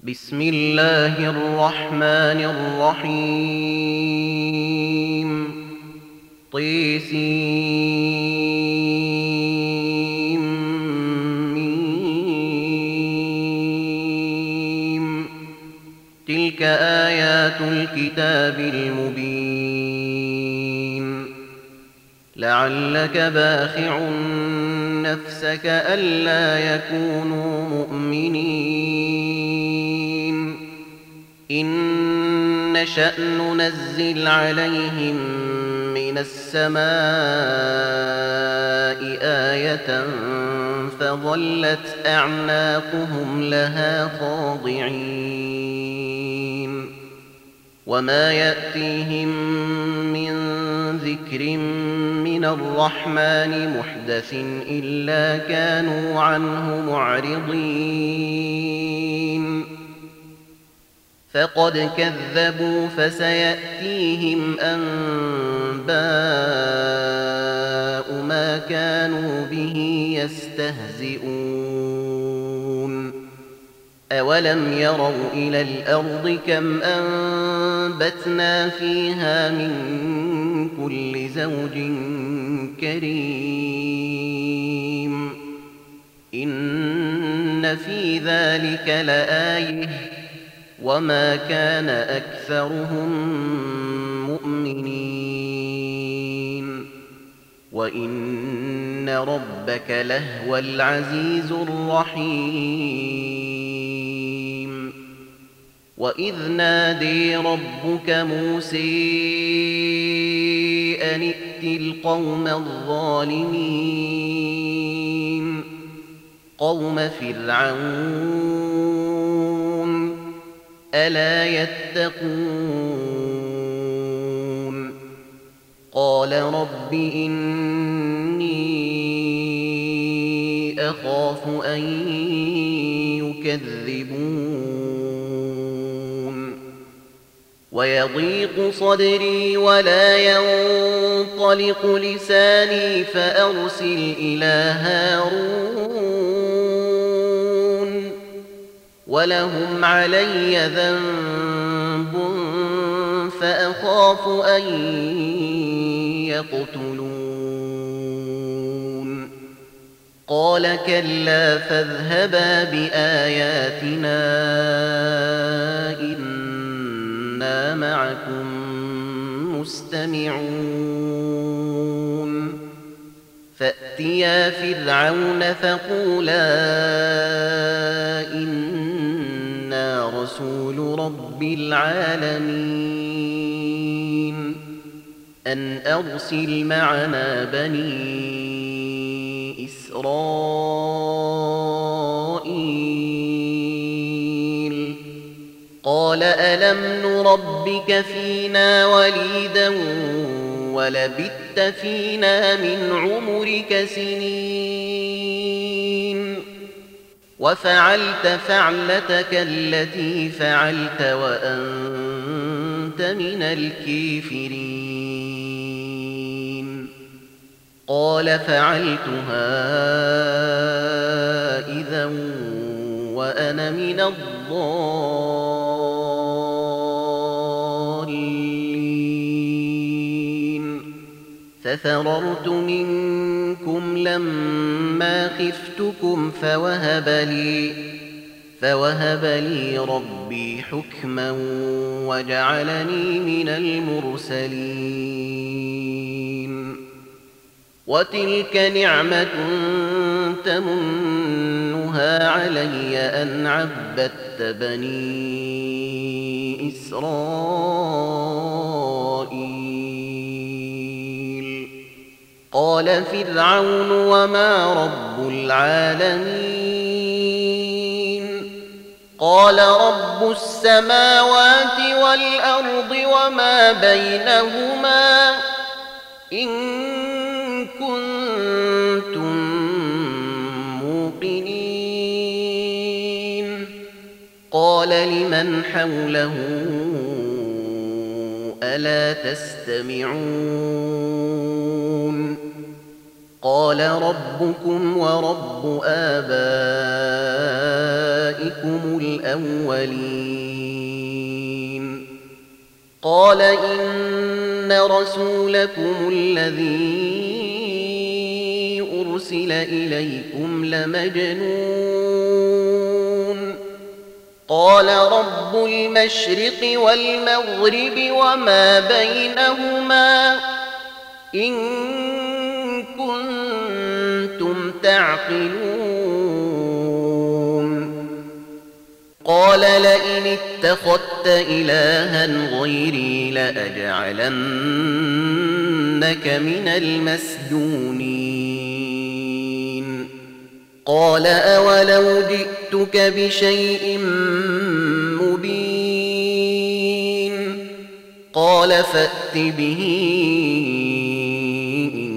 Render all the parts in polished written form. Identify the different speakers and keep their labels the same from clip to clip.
Speaker 1: بسم الله الرحمن الرحيم طسيم. تلك آيات الكتاب المبين. لعلك باخع نفسك ألا يكونوا مؤمنين إن نشأ ننزل عليهم من السماء آية فظلت أعناقهم لها خاضعين وما يأتيهم من ذكر من الرحمن محدث إلا كانوا عنه معرضين فقد كذبوا فسيأتيهم أنباء ما كانوا به يستهزئون أولم يروا إلى الأرض كم أنبتنا فيها من كل زوج كريم إن في ذلك لآية وما كان أكثرهم مؤمنين وإن ربك لهو العزيز الرحيم وإذ نادي ربك موسى أن ائت القوم الظالمين قوم فرعون ألا يتقون قال رب إني أخاف أن يكذبون ويضيق صدري ولا ينطلق لساني فأرسل إلى هارون ولهم علي ذنب فأخاف أن يقتلون قال كلا فاذهبا بآياتنا إنا معكم مستمعون فأتيا فرعون فقولا إنا رسول رب العالمين أن أرسل معنا بني إسرائيل قال ألم نربك فينا وليدا ولبثت فينا من عمرك سنين وفعلت فعلتك التي فعلت وأنت من الكافرين قال فعلتها إذا وأنا من الضالين ففررت منكم لما خفتكم فوهب لي ربي حكما وجعلني من المرسلين وتلك نعمة تمنها علي أن عبدت بني إسرائيل قال فرعون وما رب العالمين قال رب السماوات والأرض وما بينهما إن كنتم موقنين قال لمن حوله ألا تستمعون قال ربكم ورب آبائكم الأولين قال إن رسولكم الذي أرسل إليكم لمجنون قال رب المشرق والمغرب وما بينهما إن كنتم تعقلون قال لئن اتخذت إلها غيري لأجعلنك من المسجونين قال أولو جئتك بشيء مبين قال فأت به إن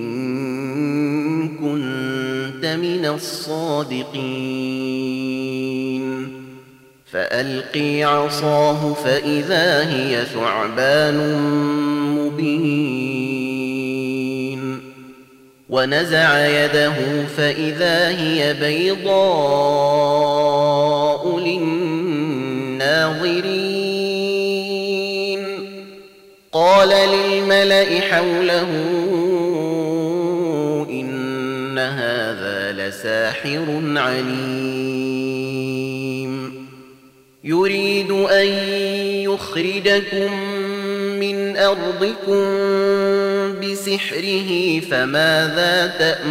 Speaker 1: كنت من الصادقين فألقي عصاه فإذا هي ثعبان مبين ونزع يده فإذا هي بيضاء للناظرين قال للملأ حوله إن هذا لساحر عليم يريد أن يخرجكم من أرضكم بسحره فماذا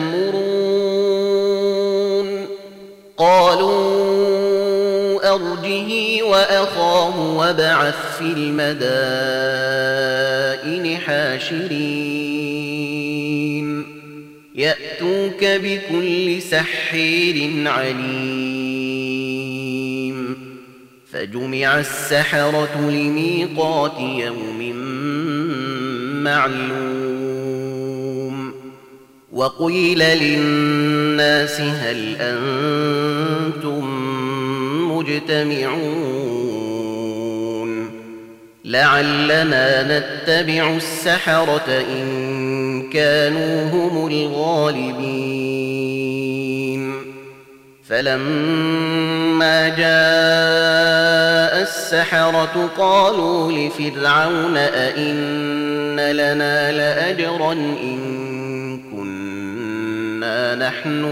Speaker 1: تأمرون قالوا أرجه وأخاه وابعث في المدائن حاشرين يأتوك بكل سحير عليم فجمع السحرة لميقات يوم معلوم وقيل للناس هل أنتم مجتمعون لعلنا نتبع السحرة إن كانوا هم الغالبين فلما جاء السحرة قالوا لفرعون أئن لنا لأجرا إن كنا نحن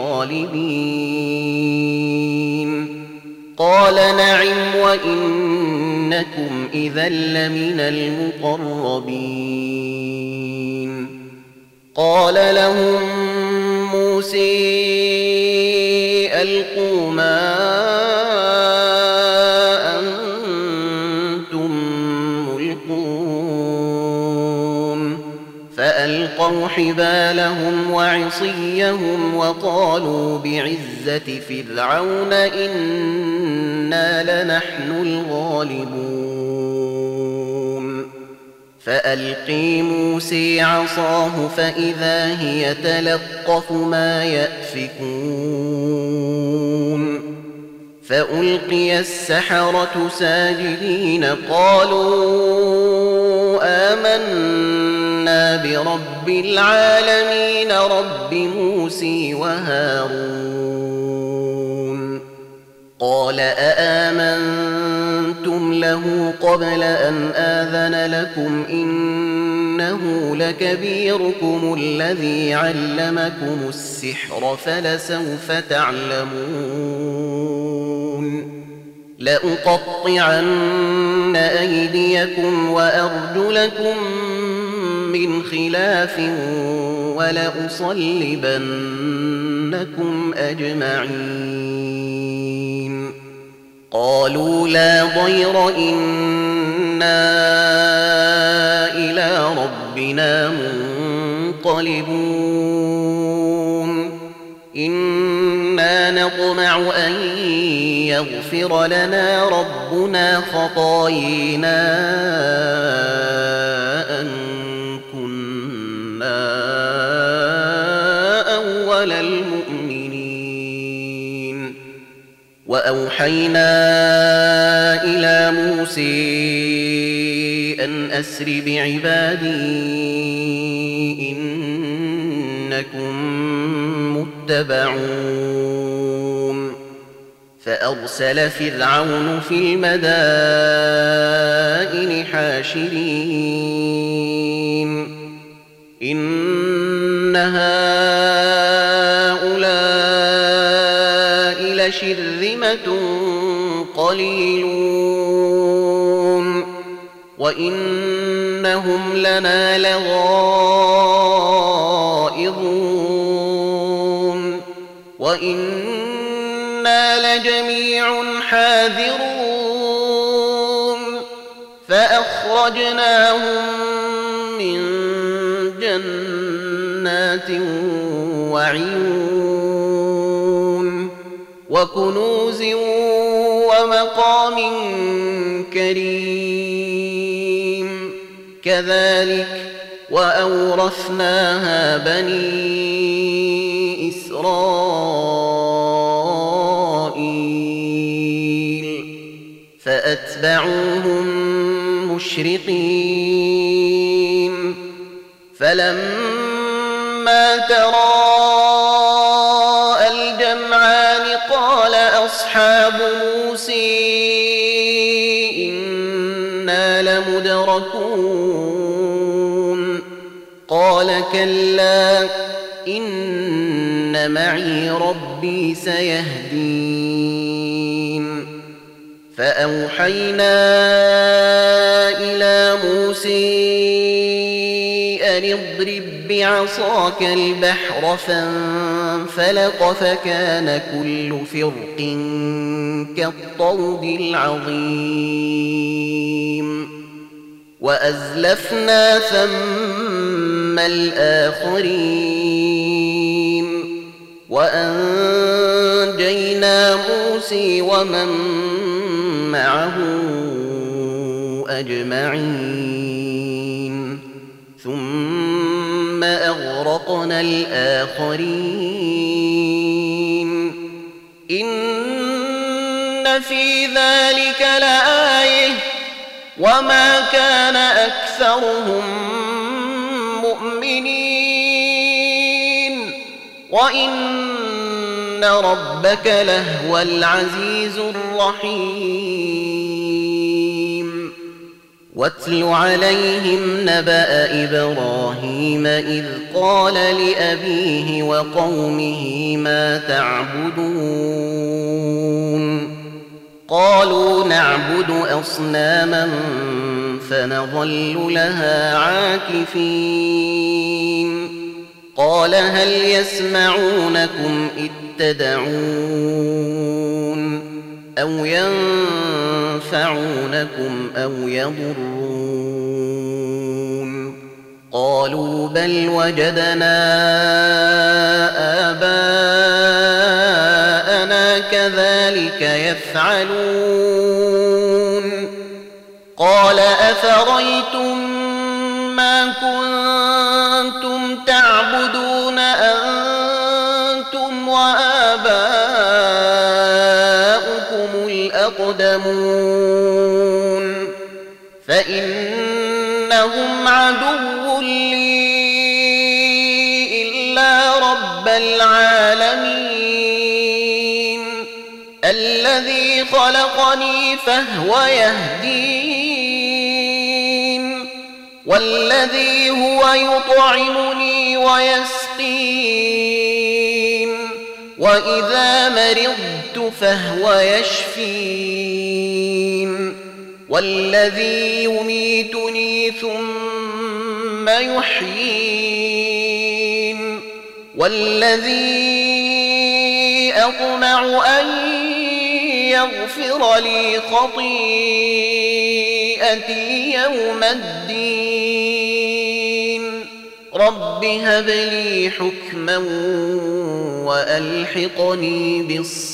Speaker 1: الغالبين قال نعم وإنكم إذا لمن المقربين قال لهم موسى ألقوا ما أنتم ملقون فألقوا حبالهم وعصيهم وقالوا بعزة فرعون إنا لنحن الغالبون فألقي موسى عصاه فإذا هي تلقف ما يأفكون فألقي السحرة ساجدين قالوا آمنا برب العالمين رب موسى وهارون قال أآمنتم له قبل أن آذن لكم إنه لكبيركم الذي علمكم السحر فلسوف تعلمون لأقطعن أيديكم وأرجلكم من خلاف ولأصلبنكم أجمعين قالوا لا ضير إنا إلى ربنا منقلبون إنا نطمع أن يغفر لنا ربنا خطايانا أن كنا أول المؤمنين وأوحينا إلى موسى أن أسر بعبادي إنكم يتبعون فأرسل فرعون في المدائن حاشرين إن هؤلاء لشرذمة قليلون وإنهم لنا لغائظون وإنا لجميع حاذرون فأخرجناهم من جنات وعيون وكنوز ومقام كريم كذلك وأورثناها بني إسرائيل فأتبعوهم مشرقين فلما تراءى الجمعان قال أصحاب موسى إنا لمدركون قال كلا إن معي ربي سيهدين فأوحينا إلى موسى أن اضرب بعصاك البحر فانفلق فكان كل فرق كالطود العظيم وأزلفنا ثم الآخرين وأنجينا موسى ومن معه أجمعين ثم أغرقنا الآخرين إن في ذلك لآية وما كان أكثرهم مؤمنين وإن ربك لهو العزيز الرحيم واتل عليهم نبأ إبراهيم إذ قال لأبيه وقومه ما تعبدون قالوا نعبد أصناما فنظل لها عاكفين قال هل يسمعونكم إذ تدعون أو ينفعونكم أو يضرون قالوا بل وجدنا آباءنا كذلك يفعلون قال أفريتم ما كنتم تعبدون أنتم وآباؤكم الأقدمون فإنهم عدو لي إلا رب العالمين الذي خلقني فهو يهدين والذي هو يطعمني ويسقين وإذا مرضت فهو يشفين والذي يميتني ثم يحيين والذي أطمع أن يغفر لي خطيئتي يوم الدين رب هب لي حكما وألحقني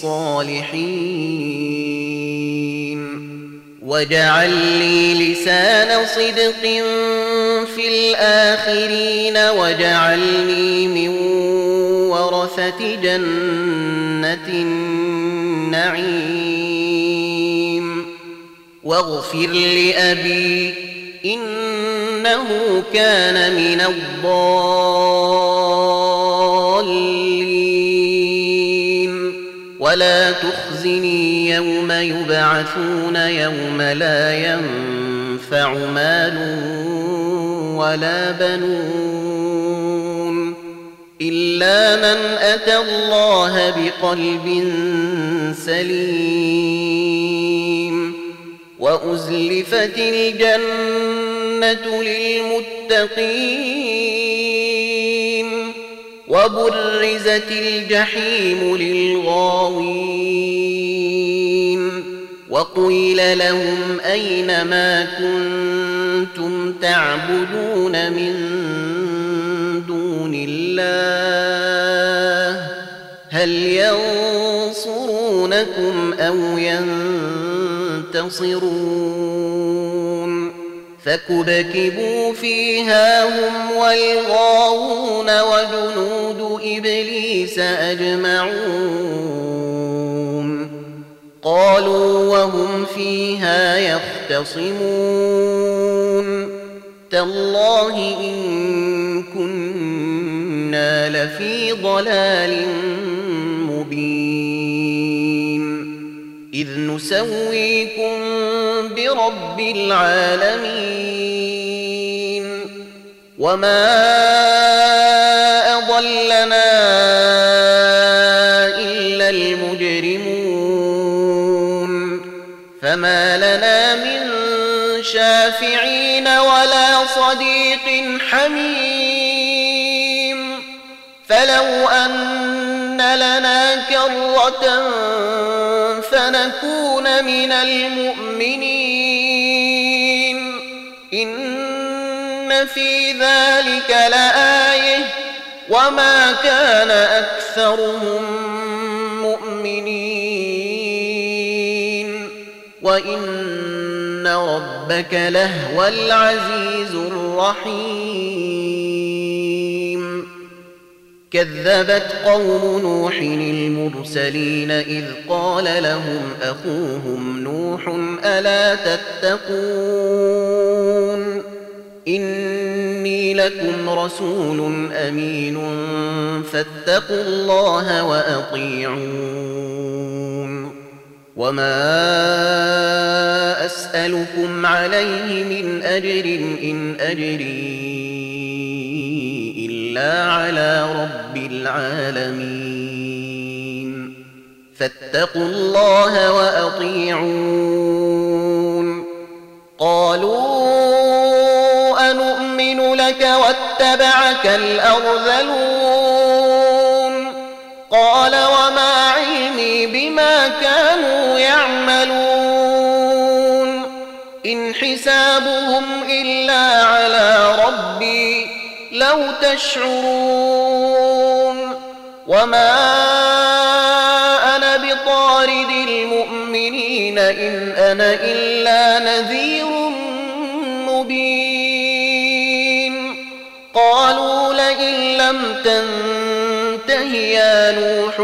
Speaker 1: بالصالحين واجعل لي لسان صدق في الآخرين واجعلني من ورثة جنة النعيم واغفر لأبي إنه كان من الضالين تخزني يوم يبعثون يوم لا ينفع مال ولا بنون إلا من أتى الله بقلب سليم وأزلفت الجنة للمتقين وبرزت الجحيم للغاوين وقيل لهم أين ما كنتم تعبدون من دون الله هل ينصرونكم أو ينتصرون فكبكبوا فيها هم والغاوون وجنود إبليس أجمعون قالوا وهم فيها يختصمون تالله إن كنا لفي ضلال مبين إذ نسويكم برب العالمين وما أضلنا إلا المجرمون فما لنا من شافعين ولا صديق حميم فلو أن لنا كرة فنكون من المؤمنين إن في ذلك لآية وما كان أكثرهم مؤمنين وإن ربك لهو العزيز الرحيم كذبت قوم نوح المرسلين إذ قال لهم أخوهم نوح ألا تتقون إني لكم رسول أمين فاتقوا الله وأطيعون وما أسألكم عليه من أجر إن أجري إلا على رب العالمين فاتقوا الله وأطيعون قالوا أنؤمن لك واتبعك الأرذلون قال وما علمي بما كانوا يعملون إن حسابهم إلا على ربي لو تشعرون وما أنا بطارد المؤمنين إن أنا إلا نذير مبين قالوا لئن لم تنته يا نوح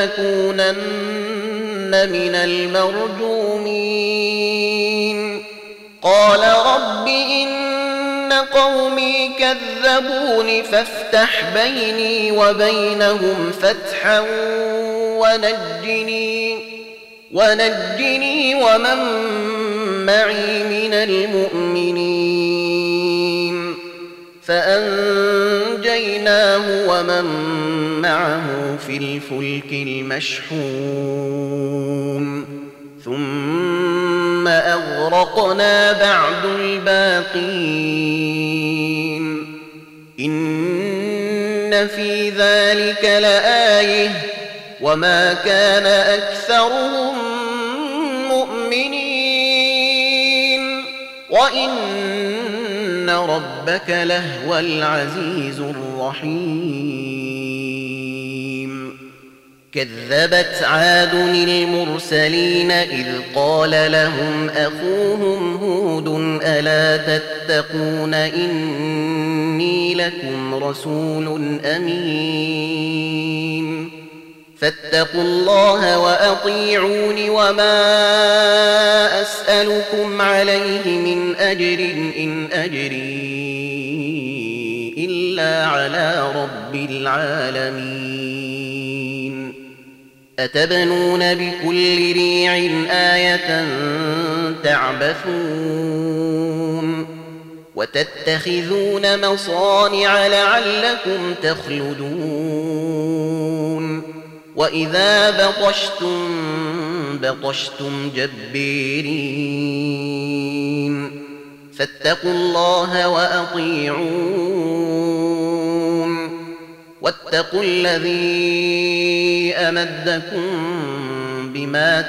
Speaker 1: لتكونن من المرجومين قال رب إن قومي كذبون فافتح بيني وبينهم فتحا ونجني ومن معي من المؤمنين فأنجيناه ومن معه في الفلك المشحون ثم أغرقنا بعد الباقين إن في ذلك لآية وما كان أكثرهم مؤمنين وإن ربك لهو العزيز الرحيم كذبت عاد المرسلين إذ قال لهم أخوهم هود ألا تتقون إني لكم رسول أمين فاتقوا الله وأطيعون وما أسألكم عليه من أجر إن أجري إلا على رب العالمين أتبنون بكل ريع آية تعبثون وتتخذون مصانع لعلكم تخلدون وإذا بطشتم جبارين فاتقوا الله وأطيعون واتقوا الذي أمدكم بما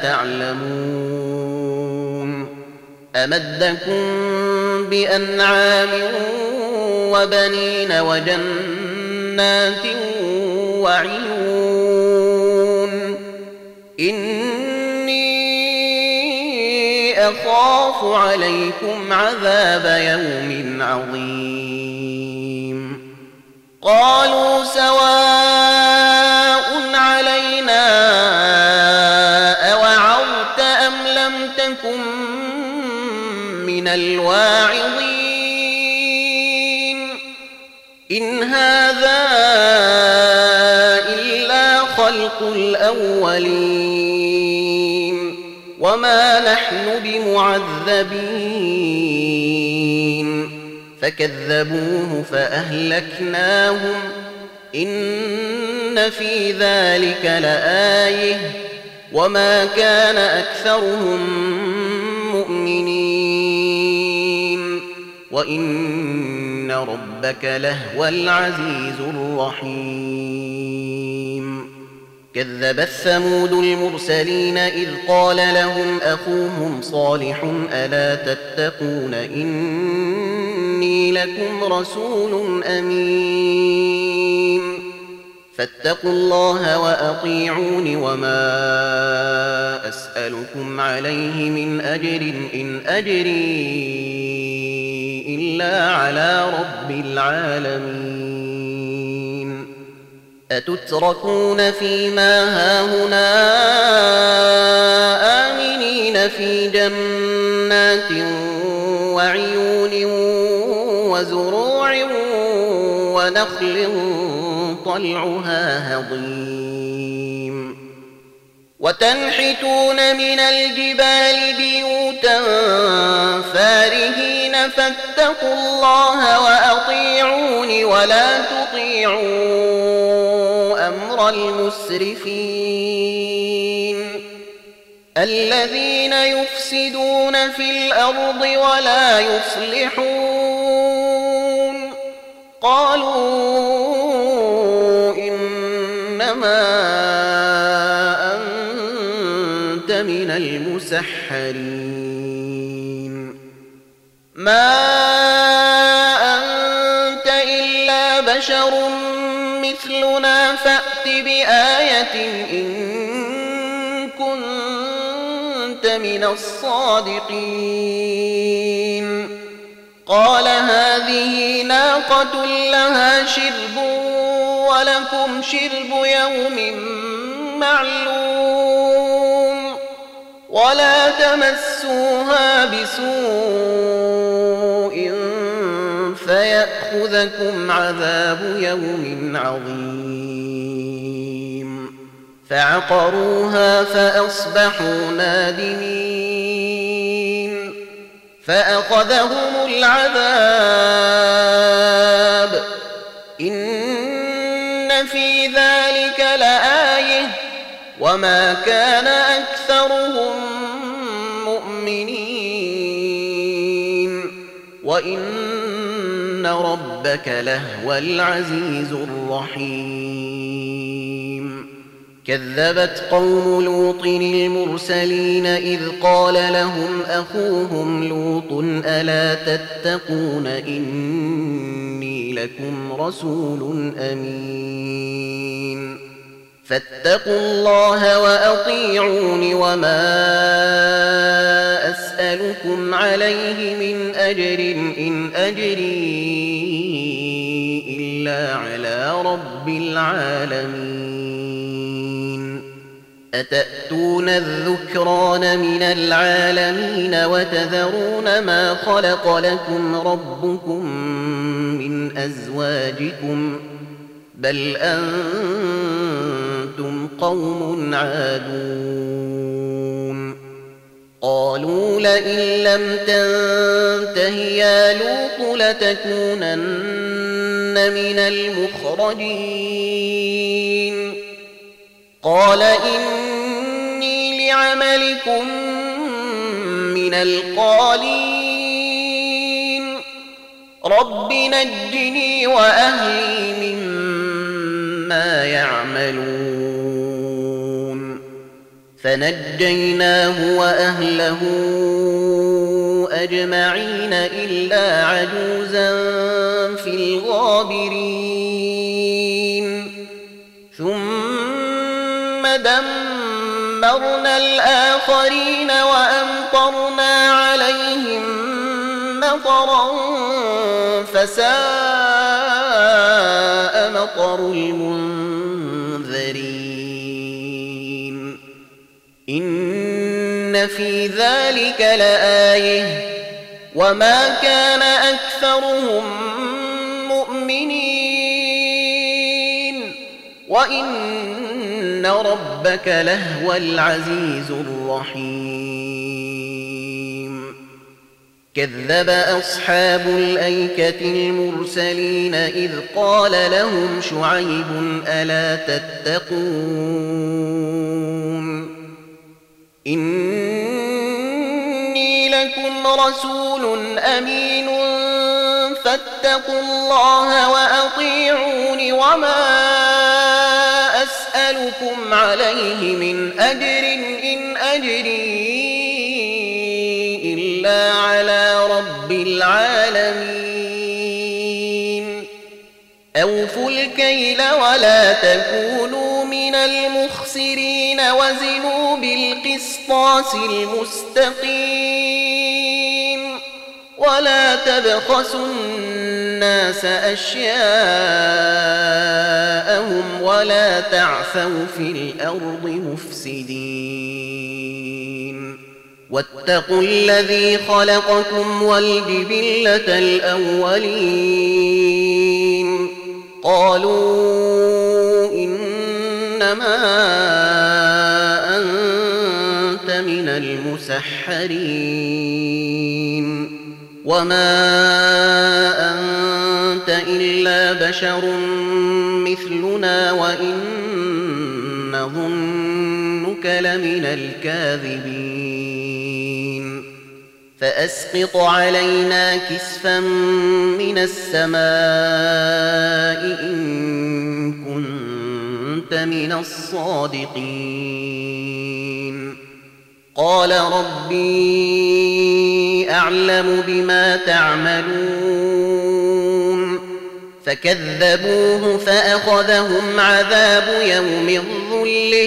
Speaker 1: تعلمون أمدكم بأنعام وبنين وجنات وعيون إني أخاف عليكم عذاب يوم عظيم قالوا سواء علينا أوعظت أم لم تكن من الواعظين إن هذا إلا خلق الأولين وما نحن بمعذبين فكذبوه فأهلكناهم إن في ذلك لآية وما كان أكثرهم مؤمنين وإن ربك لهو العزيز الرحيم كذبت ثمود المرسلين إذ قال لهم أخوهم صالح ألا تتقون إني لكم رسول أمين فاتقوا الله وأطيعون وما أسألكم عليه من أجر إن أجري إلا على رب العالمين أتتركون فيما هاهنا آمنين في جنات وعيون وزروع ونخل طلعها هضيم وتنحتون من الجبال بيوتا فارهين فاتقوا الله وأطيعون ولا تطيعوا أمر المسرفين الذين يفسدون في الأرض ولا يصلحون قالوا إنما أنت من المسحرين ما أنت إلا بشر مثلنا فأت بآية إن كنت من الصادقين قال هذه ناقة لها شرب ولكم شرب يوم معلوم ولا تمسوها بسوء فيأخذكم عذاب يوم عظيم فعقروها فأصبحوا نادمين فأخذهم العذاب إن في ذلك لآية وما كان أكثرهم مؤمنين وإن ربك لهو العزيز الرحيم كذبت قوم لوط المرسلين إذ قال لهم أخوهم لوط ألا تتقون إني لكم رسول أمين فاتقوا الله وأطيعون وما أسألكم عليه من أجر إن أجري إلا على رب العالمين أتأتون الذكران من العالمين وتذرون ما خلق لكم ربكم من أزواجكم بل أنتم قوم عادون قالوا لئن لم تنته يا لوط لتكونن من المخرجين قال إني لعملكم من القالين رب نجني وأهلي مما يعملون فنجيناه وأهله أجمعين إلا عجوزا في الغابرين ثم دمرنا الآخرين وأمطرنا عليهم مطرا فساء مطر المنذرين إن في ذلك لآية وما كان أكثرهم مؤمنين وإن ربك لهو العزيز الرحيم كذب أصحاب الأيكة المرسلين إذ قال لهم شعيب ألا تتقون إني لكم رسول أمين فاتقوا الله وأطيعون وما أسألكم عليه من أجر إن أجري إلا على رب العالمين أوفوا الكيل ولا تكونوا من المخسرين وزنوا بالقسطاس المستقيم ولا تبخسوا الناس أشياءهم ولا تعثوا في الأرض مفسدين واتقوا الذي خلقكم والجبلة الأولين قالوا إنما أنت من المسحرين وما أنت إلا بشر مثلنا وإن نظنك لمن الكاذبين فأسقط علينا كسفا من السماء إن كنت من الصادقين قال ربي أعلم بما تعملون فكذبوه فأخذهم عذاب يوم الظلة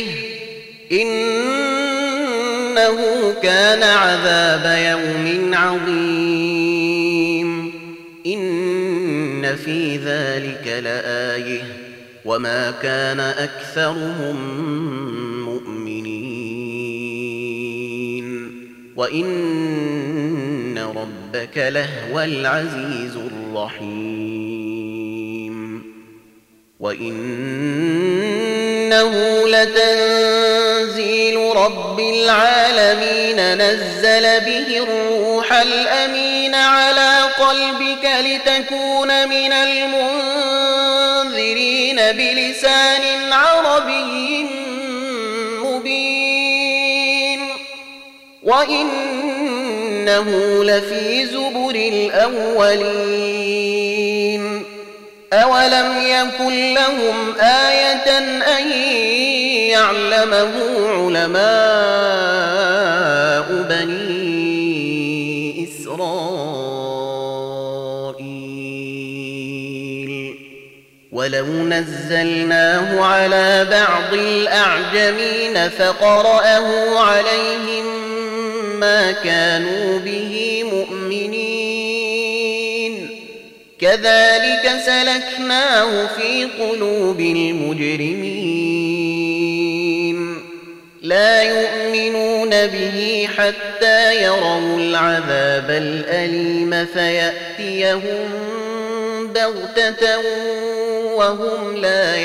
Speaker 1: إنه كان عذاب يوم عظيم إن في ذلك لآية وما كان أكثرهم مؤمنين وإن ربك لهو العزيز الرحيم وإنه لتنزيل رب العالمين نزل به الروح الأمين على قلبك لتكون من المنذرين بلسان عربي مبين وإنه لفي زبر الأولين أولم يكن لهم آية أن يعلمه علماء بني إسرائيل ولو نزلناه على بعض الأعجمين فقرأه عليهم ما كانوا به مؤمنين كذلك سلكناه في قلوب المجرمين لا يؤمنون به حتى يروا العذاب الأليم فيأتيهم بغتة وهم لا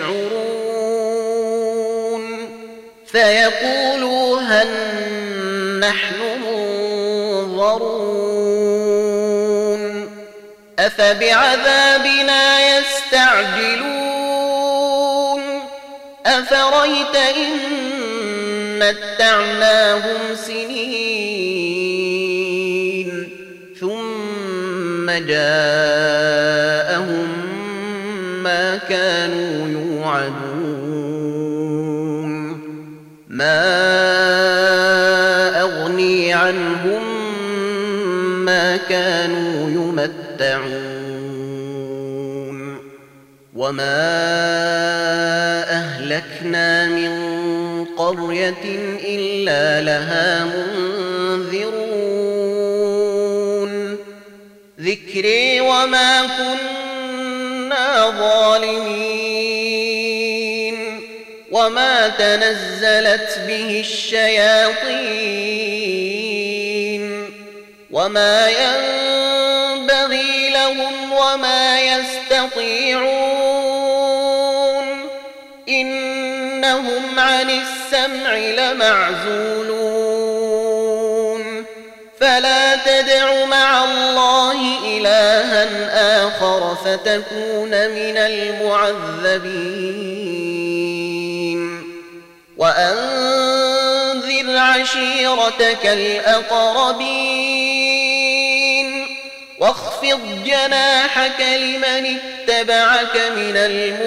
Speaker 1: يشعرون فيقولوا هل نحن منظرون أفبعذابنا يستعجلون أفرأيت إن متعناهم سنين ثم جاءهم ما كانوا يوعدون ما أغني عنهم ما كانوا يمتعون وما أهلكنا من قرية إلا لها منذرون ذكري وما كنا ظالمين وما تنزلت به الشياطين وما ينبغي لهم وما يستطيعون إنهم عن السمع لمعزولون فلا تدع مع الله إلها آخر فتكون من المعذبين وأنذر عشيرتك الأقربين واخفض جناحك لمن اتبعك من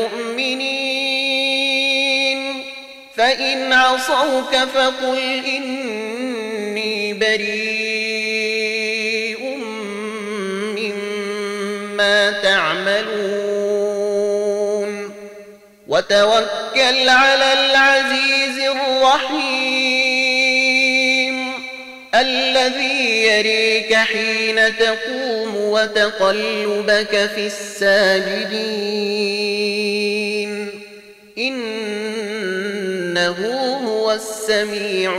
Speaker 1: المؤمنين فإن عصوك فقل إني بريء مما تعملون وتوكل على العزيز الرحيم الذي يريك حين تقوم وتقلبك في الساجدين إنه هو السميع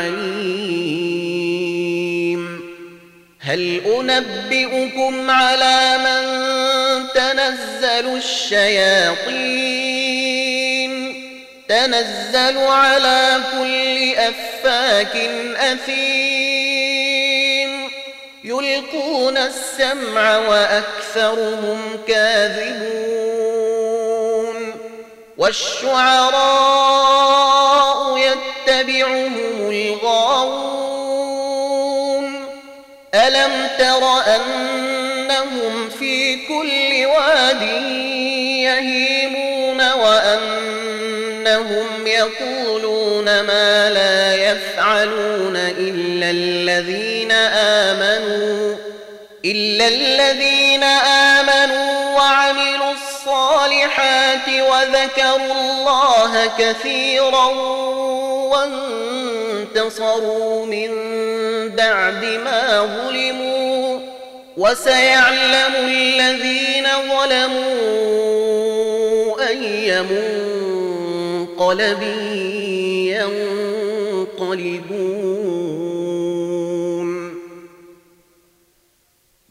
Speaker 1: العليم هل أنبئكم على من تنزل الشياطين تنزل على كل أفاك أثيم يلقون السمع وأكثرهم كاذبون والشعراء يتبعهم الغاوون ألم تر أنهم في كل واد يهيمون وأنهم يقولون ما لا يفعلون إلا الذين آمنوا وعملوا الصالحات وذكروا الله كثيرا وانتصروا من بعد ما ظلموا وسيعلم الذين ظلموا أي منقلب ينقلبون